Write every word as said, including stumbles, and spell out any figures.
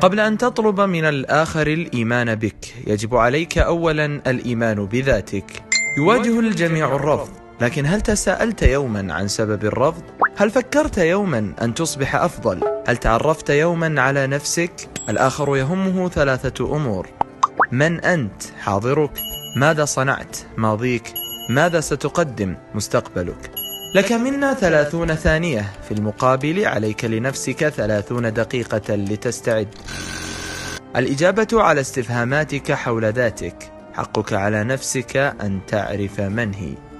قبل أن تطلب من الآخر الإيمان بك يجب عليك أولا الإيمان بذاتك. يواجه الجميع الرفض، لكن هل تساءلت يوما عن سبب الرفض؟ هل فكرت يوما أن تصبح أفضل؟ هل تعرفت يوما على نفسك؟ الآخر يهمه ثلاثة أمور: من أنت؟ حاضرك؟ ماذا صنعت؟ ماضيك؟ ماذا ستقدم؟ مستقبلك. لك منا ثلاثون ثانية، في المقابل عليك لنفسك ثلاثون دقيقة لتستعد. الإجابة على استفهاماتك حول ذاتك. حقك على نفسك أن تعرف من هي.